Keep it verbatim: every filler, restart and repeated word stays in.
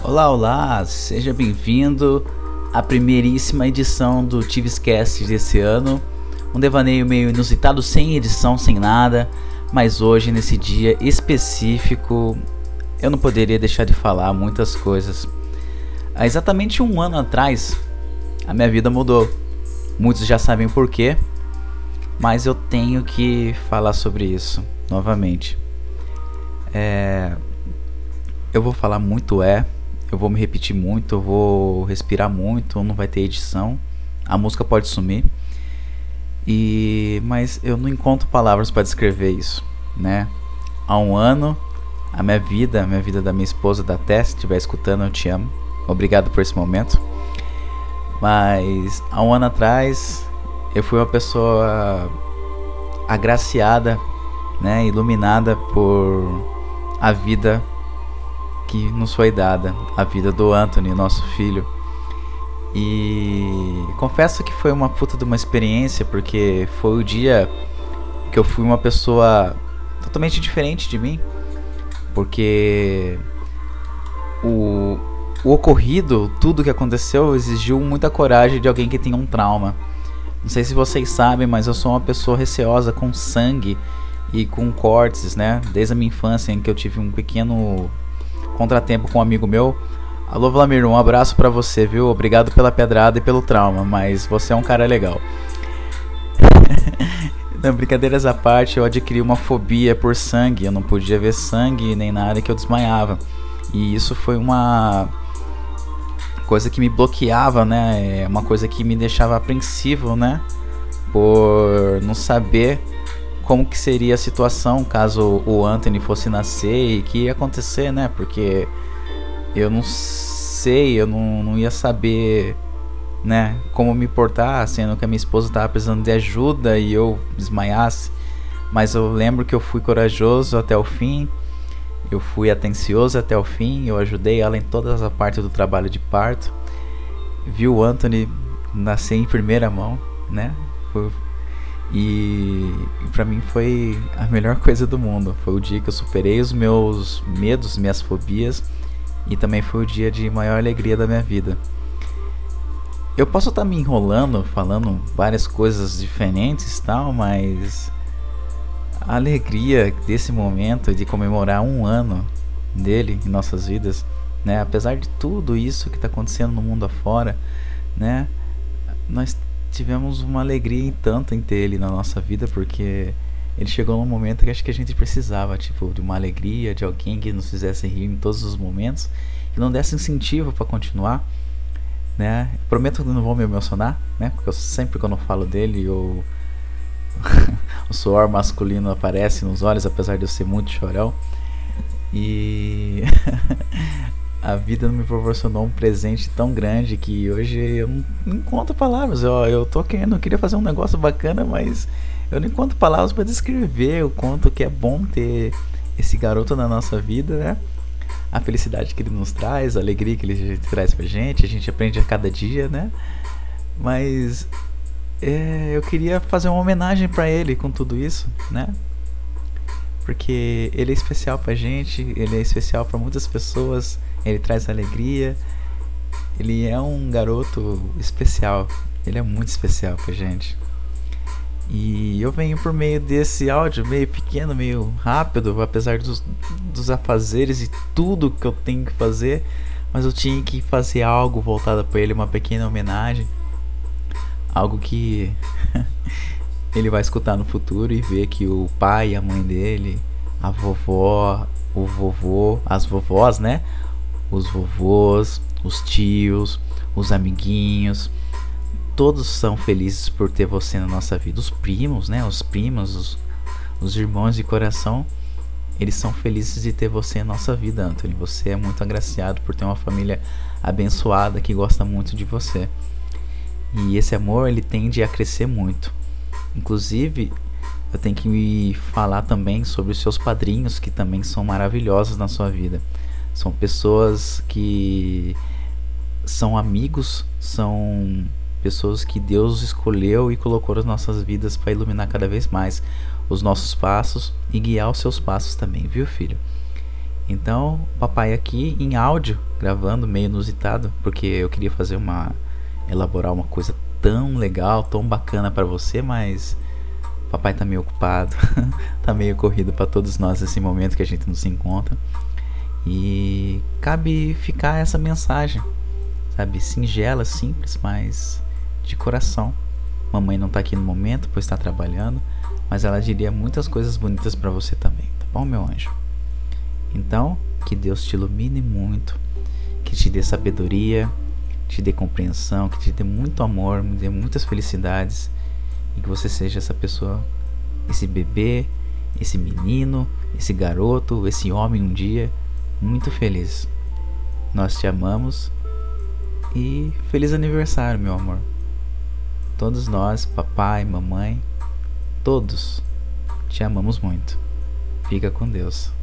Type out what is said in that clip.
Olá, olá, seja bem-vindo à primeiríssima edição do Tivescast desse ano. Um devaneio meio inusitado, sem edição, sem nada, mas hoje, nesse dia específico, eu não poderia deixar de falar muitas coisas. Há exatamente um ano atrás, a minha vida mudou. Muitos já sabem por quê, mas eu tenho que falar sobre isso novamente. É... Eu vou falar muito é... Eu vou me repetir muito, eu vou respirar muito, não vai ter edição, a música pode sumir, e mas eu não encontro palavras para descrever isso, né? Há um ano, a minha vida, a minha vida da minha esposa, da Tess, se estiver escutando, eu te amo, obrigado por esse momento. Mas há um ano atrás, eu fui uma pessoa agraciada, né, iluminada por a vida que nos foi dada, a vida do Anthony, nosso filho. E confesso que foi uma puta de uma experiência, porque foi o dia que eu fui uma pessoa totalmente diferente de mim, porque o, o ocorrido, tudo que aconteceu, exigiu muita coragem de alguém que tem um trauma. Não sei se vocês sabem, mas eu sou uma pessoa receosa com sangue e com cortes, né? Desde a minha infância, em que eu tive um pequeno contratempo com um amigo meu. Alô, Vlamir, um abraço pra você, viu? Obrigado pela pedrada e pelo trauma, mas você é um cara legal. Não, brincadeiras à parte, eu adquiri uma fobia por sangue. Eu não podia ver sangue nem nada, que eu desmaiava. E isso foi uma coisa que me bloqueava, né? Uma coisa que me deixava apreensivo, né? Por não saber como que seria a situação caso o Anthony fosse nascer e que ia acontecer, né? Porque eu não sei, eu não, não ia saber, né, como me portar, sendo que a minha esposa estava precisando de ajuda e eu desmaiasse. Mas eu lembro que eu fui corajoso até o fim, eu fui atencioso até o fim, eu ajudei ela em todas as partes do trabalho de parto. Vi o Anthony nascer em primeira mão, né? Foi... E pra mim foi a melhor coisa do mundo. Foi o dia que eu superei os meus medos, minhas fobias, e também foi o dia de maior alegria da minha vida. Eu posso estar me enrolando, falando várias coisas diferentes e tal, mas a alegria desse momento de comemorar um ano dele em nossas vidas, né? Apesar de tudo isso que está acontecendo no mundo afora, né? Nós tivemos uma alegria em tanto em ter ele na nossa vida, porque ele chegou num momento que acho que a gente precisava, tipo, de uma alegria, de alguém que nos fizesse rir em todos os momentos, que não desse incentivo para continuar, né? Prometo que não vou me emocionar, né? Porque eu sempre, quando eu falo dele, eu... o suor masculino aparece nos olhos, apesar de eu ser muito chorão. E a vida me proporcionou um presente tão grande que hoje eu não encontro palavras. Eu, eu tô querendo, eu queria fazer um negócio bacana, mas eu não encontro palavras para descrever o quanto que é bom ter esse garoto na nossa vida, né? A felicidade que ele nos traz, a alegria que ele traz pra gente, a gente aprende a cada dia, né? Mas é, eu queria fazer uma homenagem pra ele com tudo isso, né? Porque ele é especial pra gente, ele é especial pra muitas pessoas, ele traz alegria, ele é um garoto especial, ele é muito especial pra gente. E eu venho por meio desse áudio meio pequeno, meio rápido, apesar dos, dos afazeres e tudo que eu tenho que fazer, mas eu tinha que fazer algo voltado pra ele, uma pequena homenagem, algo que ele vai escutar no futuro e ver que o pai, a mãe dele, a vovó, o vovô, as vovós, né? Os vovôs, os tios, os amiguinhos, todos são felizes por ter você na nossa vida. Os primos, né? Os primos, os, os irmãos de coração, eles são felizes de ter você na nossa vida, Anthony. Você é muito agraciado por ter uma família abençoada que gosta muito de você. E esse amor, ele tende a crescer muito. Inclusive, eu tenho que me falar também sobre os seus padrinhos, que também são maravilhosos na sua vida. São pessoas que são amigos, são pessoas que Deus escolheu e colocou nas nossas vidas para iluminar cada vez mais os nossos passos e guiar os seus passos também, viu, filho? Então, papai aqui em áudio, gravando, meio inusitado, porque eu queria fazer uma elaborar uma coisa tão legal, tão bacana para você, mas papai tá meio ocupado, tá meio corrido para todos nós nesse momento que a gente não se encontra. E cabe ficar essa mensagem, sabe, singela, simples, mas de coração. Mamãe não tá aqui no momento, pois está trabalhando, mas ela diria muitas coisas bonitas para você também, tá bom, meu anjo? Então, que Deus te ilumine muito, que te dê sabedoria, te dê compreensão, que te dê muito amor, me dê muitas felicidades, e que você seja essa pessoa, esse bebê, esse menino, esse garoto, esse homem um dia muito feliz. Nós te amamos e feliz aniversário, meu amor. Todos nós, papai, mamãe, todos te amamos muito. Fica com Deus.